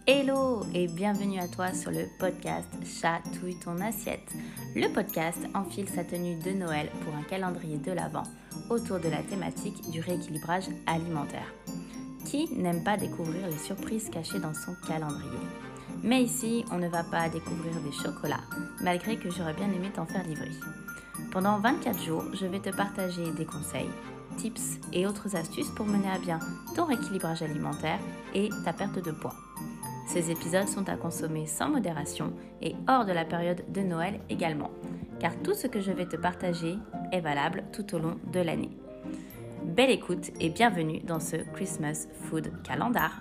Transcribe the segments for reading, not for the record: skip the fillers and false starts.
Hello et bienvenue à toi sur le podcast Chatouille ton assiette. Le podcast enfile sa tenue de Noël pour un calendrier de l'Avent autour de la thématique du rééquilibrage alimentaire. Qui n'aime pas découvrir les surprises cachées dans son calendrier? Mais ici, on ne va pas découvrir des chocolats, malgré que j'aurais bien aimé t'en faire livrer. Pendant 24 jours, je vais te partager des conseils, tips et autres astuces pour mener à bien ton rééquilibrage alimentaire et ta perte de poids. Ces épisodes sont à consommer sans modération et hors de la période de Noël également, car tout ce que je vais te partager est valable tout au long de l'année. Belle écoute et bienvenue dans ce Christmas Food Calendar.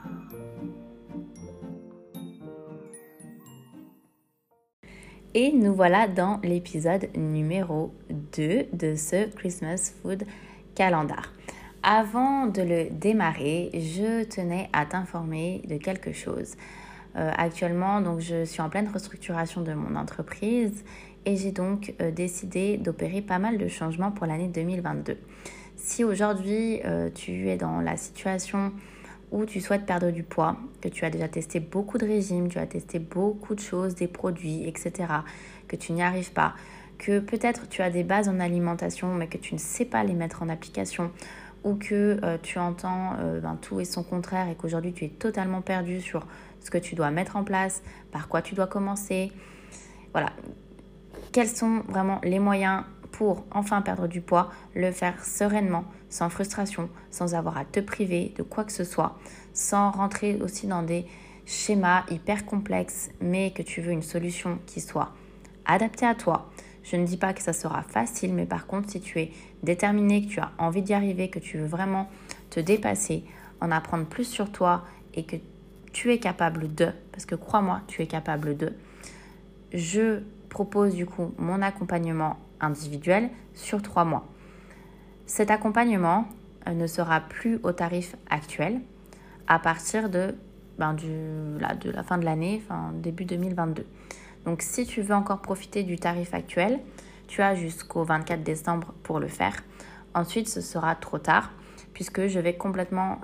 Et nous voilà dans l'épisode numéro 2 de ce Christmas Food Calendar. Avant de le démarrer, je tenais à t'informer de quelque chose. Actuellement, donc, je suis en pleine restructuration de mon entreprise et j'ai donc décidé d'opérer pas mal de changements pour l'année 2022. Si aujourd'hui, tu es dans la situation où tu souhaites perdre du poids, que tu as déjà testé beaucoup de régimes, tu as testé beaucoup de choses, des produits, etc., que tu n'y arrives pas, que peut-être tu as des bases en alimentation mais que tu ne sais pas les mettre en application, ou que tu entends tout et son contraire et qu'aujourd'hui tu es totalement perdu sur ce que tu dois mettre en place, par quoi tu dois commencer. Voilà. Quels sont vraiment les moyens pour enfin perdre du poids, le faire sereinement, sans frustration, sans avoir à te priver de quoi que ce soit, sans rentrer aussi dans des schémas hyper complexes, mais que tu veux une solution qui soit adaptée à toi. Je ne dis pas que ça sera facile, mais par contre, si tu es déterminé, que tu as envie d'y arriver, que tu veux vraiment te dépasser, en apprendre plus sur toi et que tu es capable de, parce que crois-moi, tu es capable de, je propose du coup mon accompagnement individuel sur 3 mois. Cet accompagnement ne sera plus au tarif actuel à partir de la fin de l'année, début 2022. Donc, si tu veux encore profiter du tarif actuel, tu as jusqu'au 24 décembre pour le faire. Ensuite, ce sera trop tard puisque je vais complètement,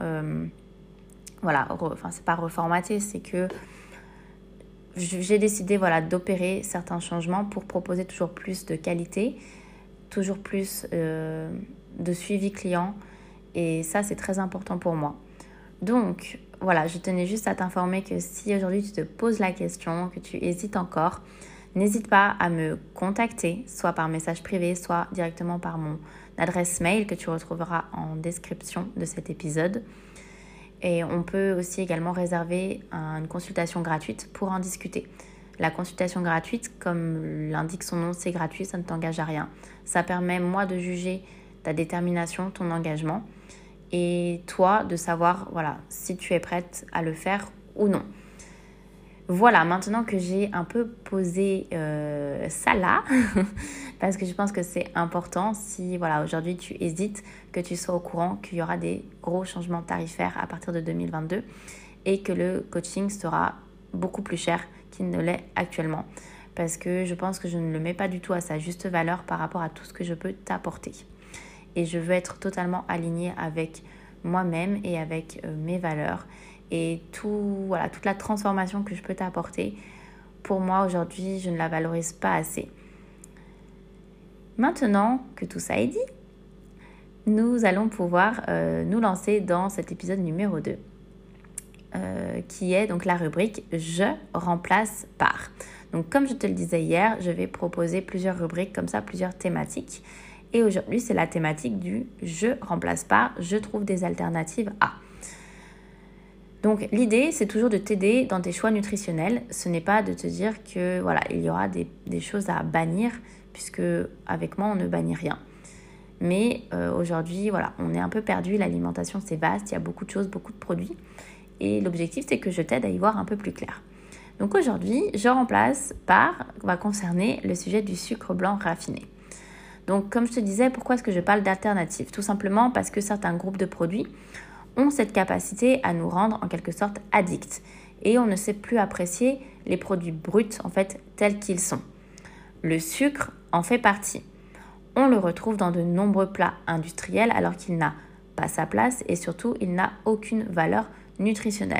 c'est pas reformater, c'est que j'ai décidé d'opérer certains changements pour proposer toujours plus de qualité, toujours plus de suivi client et ça, c'est très important pour moi. Donc, voilà, je tenais juste à t'informer que si aujourd'hui tu te poses la question, que tu hésites encore, n'hésite pas à me contacter, soit par message privé, soit directement par mon adresse mail que tu retrouveras en description de cet épisode. Et on peut aussi également réserver une consultation gratuite pour en discuter. La consultation gratuite, comme l'indique son nom, c'est gratuit, ça ne t'engage à rien. Ça permet, moi, de juger ta détermination, ton engagement et toi de savoir si tu es prête à le faire ou non. Voilà, maintenant que j'ai un peu posé ça là, parce que je pense que c'est important si aujourd'hui tu hésites, que tu sois au courant qu'il y aura des gros changements tarifaires à partir de 2022 et que le coaching sera beaucoup plus cher qu'il ne l'est actuellement. Parce que je pense que je ne le mets pas du tout à sa juste valeur par rapport à tout ce que je peux t'apporter. Et je veux être totalement alignée avec moi-même et avec mes valeurs. Et toute la transformation que je peux t'apporter, pour moi aujourd'hui, je ne la valorise pas assez. Maintenant que tout ça est dit, nous allons pouvoir nous lancer dans cet épisode numéro 2, qui est donc la rubrique « Je remplace par ». Donc comme je te le disais hier, je vais proposer plusieurs rubriques comme ça, plusieurs thématiques. Et aujourd'hui, c'est la thématique du « Je remplace par », je trouve des alternatives à. Donc l'idée, c'est toujours de t'aider dans tes choix nutritionnels. Ce n'est pas de te dire que il y aura des choses à bannir, puisque avec moi, on ne bannit rien. Mais aujourd'hui, on est un peu perdu. L'alimentation, c'est vaste, il y a beaucoup de choses, beaucoup de produits. Et l'objectif, c'est que je t'aide à y voir un peu plus clair. Donc aujourd'hui, je remplace par, va concerner le sujet du sucre blanc raffiné. Donc comme je te disais, pourquoi est-ce que je parle d'alternatives? Tout simplement parce que certains groupes de produits ont cette capacité à nous rendre en quelque sorte addicts. Et on ne sait plus apprécier les produits bruts en fait tels qu'ils sont. Le sucre en fait partie. On le retrouve dans de nombreux plats industriels alors qu'il n'a pas sa place et surtout il n'a aucune valeur nutritionnelle.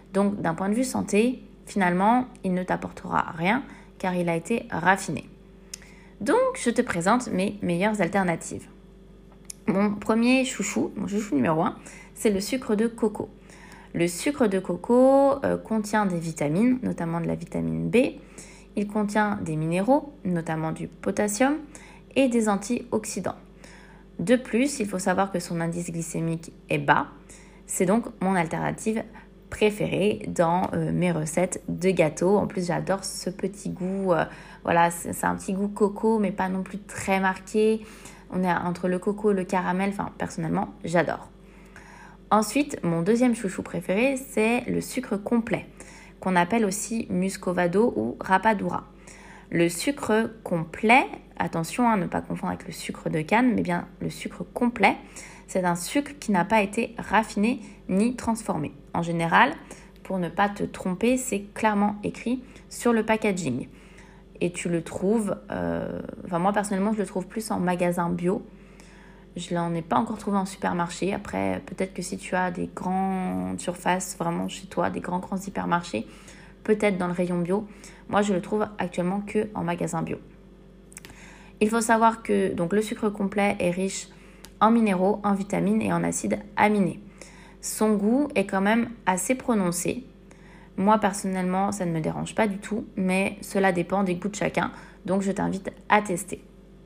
Donc d'un point de vue santé, finalement, il ne t'apportera rien car il a été raffiné. Donc je te présente mes meilleures alternatives. Mon chouchou numéro 1, c'est le sucre de coco. Le sucre de coco contient des vitamines, notamment de la vitamine B. Il contient des minéraux, notamment du potassium, et des antioxydants. De plus, il faut savoir que son indice glycémique est bas. C'est donc mon alternative préférée dans mes recettes de gâteaux. En plus, j'adore ce petit goût. Voilà, c'est un petit goût coco, mais pas non plus très marqué. On est entre le coco et le caramel. Enfin, personnellement, j'adore. Ensuite, mon deuxième chouchou préféré, c'est le sucre complet, qu'on appelle aussi muscovado ou rapadura. Le sucre complet, attention à ne pas confondre avec le sucre de canne, mais bien le sucre complet, c'est un sucre qui n'a pas été raffiné ni transformé. En général, pour ne pas te tromper, c'est clairement écrit sur le packaging. Et tu le trouves, moi personnellement, je le trouve plus en magasin bio. Je n'en ai pas encore trouvé en supermarché. Après, peut-être que si tu as des grandes surfaces vraiment chez toi, des grands hypermarchés, peut-être dans le rayon bio. Moi, je le trouve actuellement que en magasin bio. Il faut savoir que donc, le sucre complet est riche en minéraux, en vitamines et en acides aminés. Son goût est quand même assez prononcé. Moi, personnellement, ça ne me dérange pas du tout, mais cela dépend des goûts de chacun. Donc, je t'invite à tester.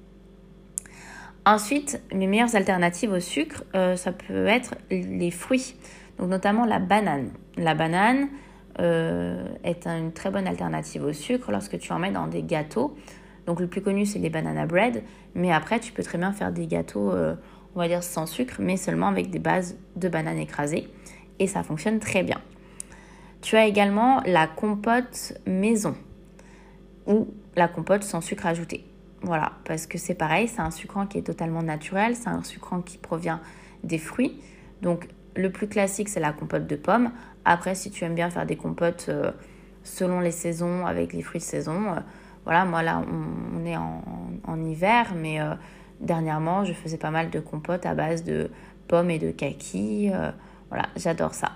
Ensuite, mes meilleures alternatives au sucre, ça peut être les fruits, donc notamment la banane. La banane est une très bonne alternative au sucre lorsque tu en mets dans des gâteaux. Donc le plus connu, c'est les banana bread, mais après, tu peux très bien faire des gâteaux, on va dire sans sucre, mais seulement avec des bases de bananes écrasées, et ça fonctionne très bien. Tu as également la compote maison ou la compote sans sucre ajouté. Voilà, parce que c'est pareil, c'est un sucrant qui est totalement naturel, c'est un sucrant qui provient des fruits. Donc, le plus classique, c'est la compote de pommes. Après, si tu aimes bien faire des compotes selon les saisons, avec les fruits de saison, voilà, moi là, on est en hiver, mais dernièrement, je faisais pas mal de compotes à base de pommes et de kaki. Voilà, j'adore ça.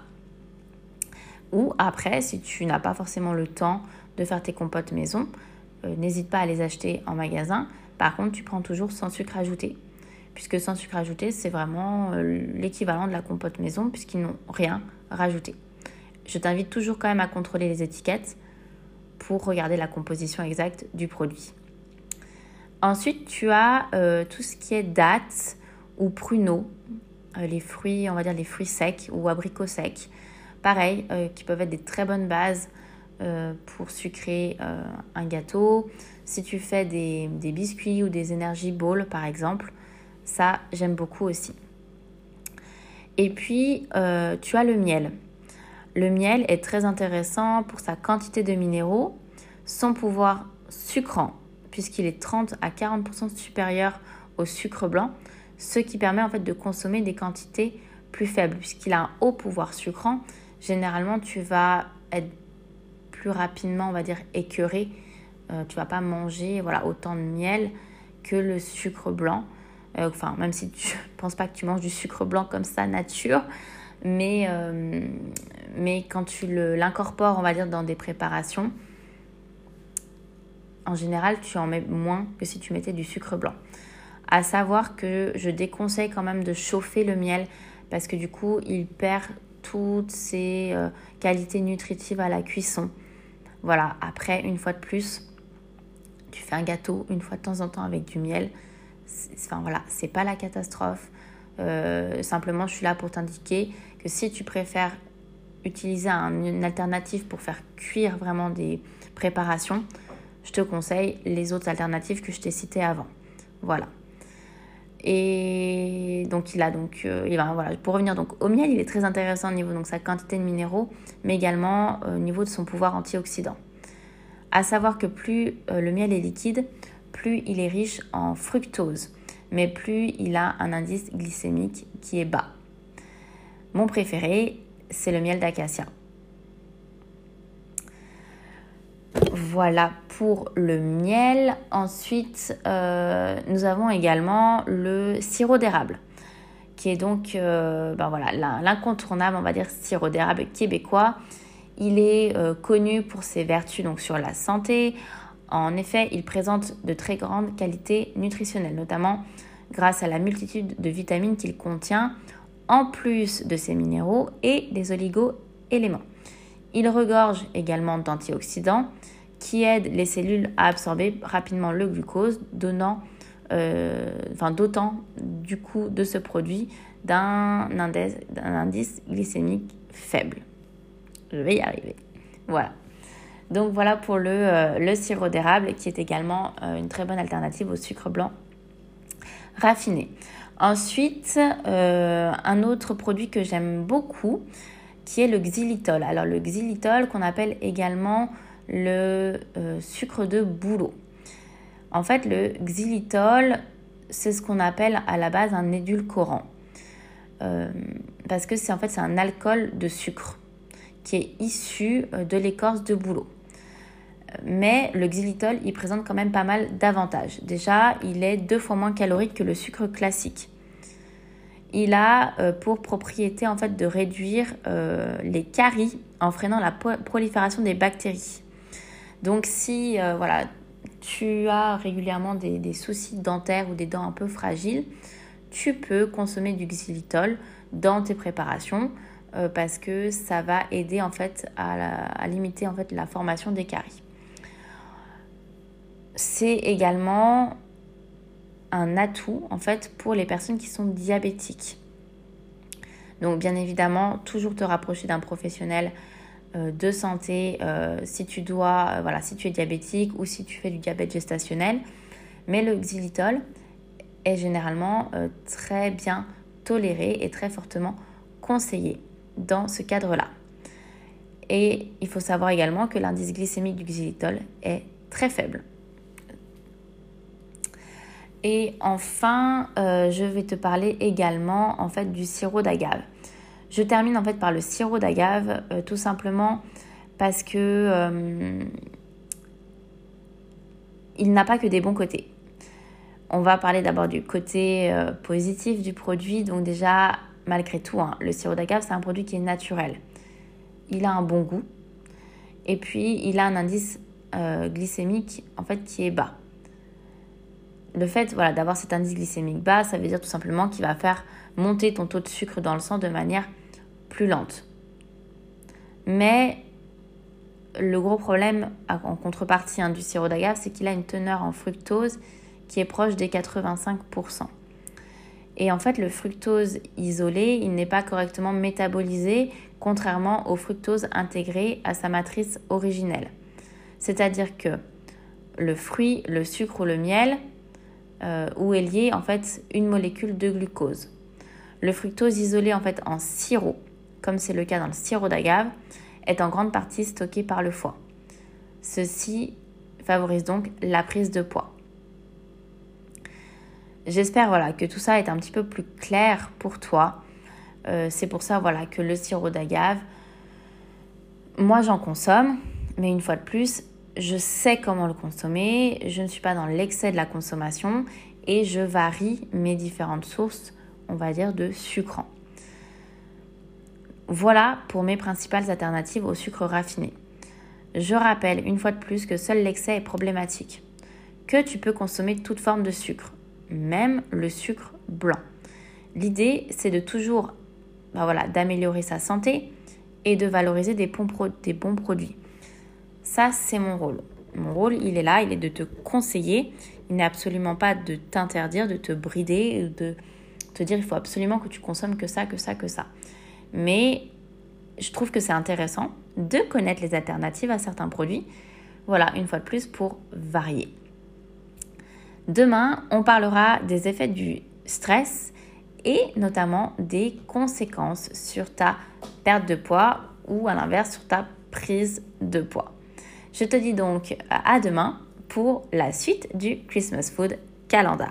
Ou après, si tu n'as pas forcément le temps de faire tes compotes maison, n'hésite pas à les acheter en magasin. Par contre, tu prends toujours sans sucre ajouté. Puisque sans sucre ajouté, c'est vraiment l'équivalent de la compote maison puisqu'ils n'ont rien rajouté. Je t'invite toujours quand même à contrôler les étiquettes pour regarder la composition exacte du produit. Ensuite, tu as tout ce qui est dattes ou pruneaux, les fruits, on va dire les fruits secs ou abricots secs. Pareil, qui peuvent être des très bonnes bases pour sucrer un gâteau. Si tu fais des biscuits ou des energy balls par exemple, ça j'aime beaucoup aussi. Et puis tu as le miel. Le miel est très intéressant pour sa quantité de minéraux, son pouvoir sucrant puisqu'il est 30 à 40% supérieur au sucre blanc, ce qui permet en fait de consommer des quantités plus faibles puisqu'il a un haut pouvoir sucrant. Généralement tu vas être plus rapidement, on va dire, écœuré. Tu vas pas manger autant de miel que le sucre blanc. Même si tu ne penses pas que tu manges du sucre blanc comme ça, nature. Mais quand tu l'incorpores, on va dire, dans des préparations, en général, tu en mets moins que si tu mettais du sucre blanc. À savoir que je déconseille quand même de chauffer le miel parce que du coup, il perd toutes ses qualités nutritives à la cuisson. Voilà, après, une fois de plus, tu fais un gâteau une fois de temps en temps avec du miel. C'est pas la catastrophe. Simplement, je suis là pour t'indiquer que si tu préfères utiliser une alternative pour faire cuire vraiment des préparations, je te conseille les autres alternatives que je t'ai citées avant. Voilà. Et donc pour revenir donc au miel, il est très intéressant au niveau de sa quantité de minéraux, mais également au niveau de son pouvoir antioxydant. À savoir que plus le miel est liquide, plus il est riche en fructose, mais plus il a un indice glycémique qui est bas. Mon préféré, c'est le miel d'acacia. Voilà pour le miel. Ensuite, nous avons également le sirop d'érable, qui est donc l'incontournable, on va dire, sirop d'érable québécois. Il est connu pour ses vertus donc, sur la santé. En effet, il présente de très grandes qualités nutritionnelles, notamment grâce à la multitude de vitamines qu'il contient, en plus de ses minéraux et des oligo-éléments. Il regorge également d'antioxydants qui aident les cellules à absorber rapidement le glucose, dotant du coup de ce produit d'un indice glycémique faible. Je vais y arriver. Voilà. Donc voilà pour le sirop d'érable qui est également une très bonne alternative au sucre blanc raffiné. Ensuite, un autre produit que j'aime beaucoup qui est le xylitol. Alors le xylitol qu'on appelle également le sucre de bouleau. En fait, le xylitol, c'est ce qu'on appelle à la base un édulcorant. Parce que c'est un alcool de sucre qui est issu de l'écorce de bouleau. Mais le xylitol, il présente quand même pas mal d'avantages. Déjà, il est 2 fois moins calorique que le sucre classique. Il a pour propriété de réduire les caries en freinant la prolifération des bactéries. Donc si tu as régulièrement des soucis dentaires ou des dents un peu fragiles, tu peux consommer du xylitol dans tes préparations parce que ça va aider à limiter la formation des caries. C'est également un atout pour les personnes qui sont diabétiques. Donc bien évidemment, toujours te rapprocher d'un professionnel de santé si tu es diabétique ou si tu fais du diabète gestationnel. Mais le xylitol est généralement très bien toléré et très fortement conseillé dans ce cadre-là. Et il faut savoir également que l'indice glycémique du xylitol est très faible. Et enfin, je vais te parler également du sirop d'agave. Je termine par le sirop d'agave tout simplement parce que il n'a pas que des bons côtés. On va parler d'abord du côté positif du produit. Donc déjà, malgré tout, le sirop d'agave, c'est un produit qui est naturel. Il a un bon goût et puis il a un indice glycémique qui est bas. Le fait d'avoir cet indice glycémique bas, ça veut dire tout simplement qu'il va faire monter ton taux de sucre dans le sang de manière plus lente. Mais le gros problème en contrepartie du sirop d'agave, c'est qu'il a une teneur en fructose qui est proche des 85%. Et le fructose isolé, il n'est pas correctement métabolisé, contrairement au fructose intégré à sa matrice originelle. C'est-à-dire que le fruit, le sucre ou le miel, où est liée une molécule de glucose. Le fructose isolé en sirop, comme c'est le cas dans le sirop d'agave, est en grande partie stocké par le foie. Ceci favorise donc la prise de poids. J'espère que tout ça est un petit peu plus clair pour toi. C'est pour ça que le sirop d'agave, moi j'en consomme, mais une fois de plus, je sais comment le consommer, je ne suis pas dans l'excès de la consommation et je varie mes différentes sources, on va dire, de sucrants. Voilà pour mes principales alternatives au sucre raffiné. Je rappelle une fois de plus que seul l'excès est problématique, que tu peux consommer toute forme de sucre, même le sucre blanc. L'idée, c'est de toujours d'améliorer sa santé et de valoriser des bons produits. Ça, c'est mon rôle. Mon rôle, il est là, il est de te conseiller. Il n'est absolument pas de t'interdire, de te brider, de te dire il faut absolument que tu consommes que ça. Mais je trouve que c'est intéressant de connaître les alternatives à certains produits. Voilà, une fois de plus, pour varier. Demain, on parlera des effets du stress et notamment des conséquences sur ta perte de poids ou à l'inverse sur ta prise de poids. Je te dis donc à demain pour la suite du Christmas Food Calendar.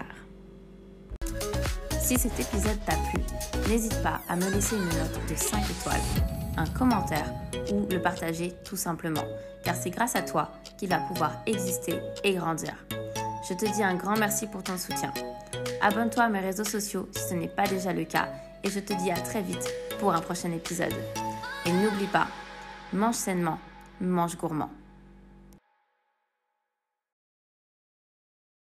Si cet épisode t'a plu, n'hésite pas à me laisser une note de 5 étoiles, un commentaire ou le partager tout simplement, car c'est grâce à toi qu'il va pouvoir exister et grandir. Je te dis un grand merci pour ton soutien. Abonne-toi à mes réseaux sociaux si ce n'est pas déjà le cas et je te dis à très vite pour un prochain épisode. Et n'oublie pas, mange sainement, mange gourmand.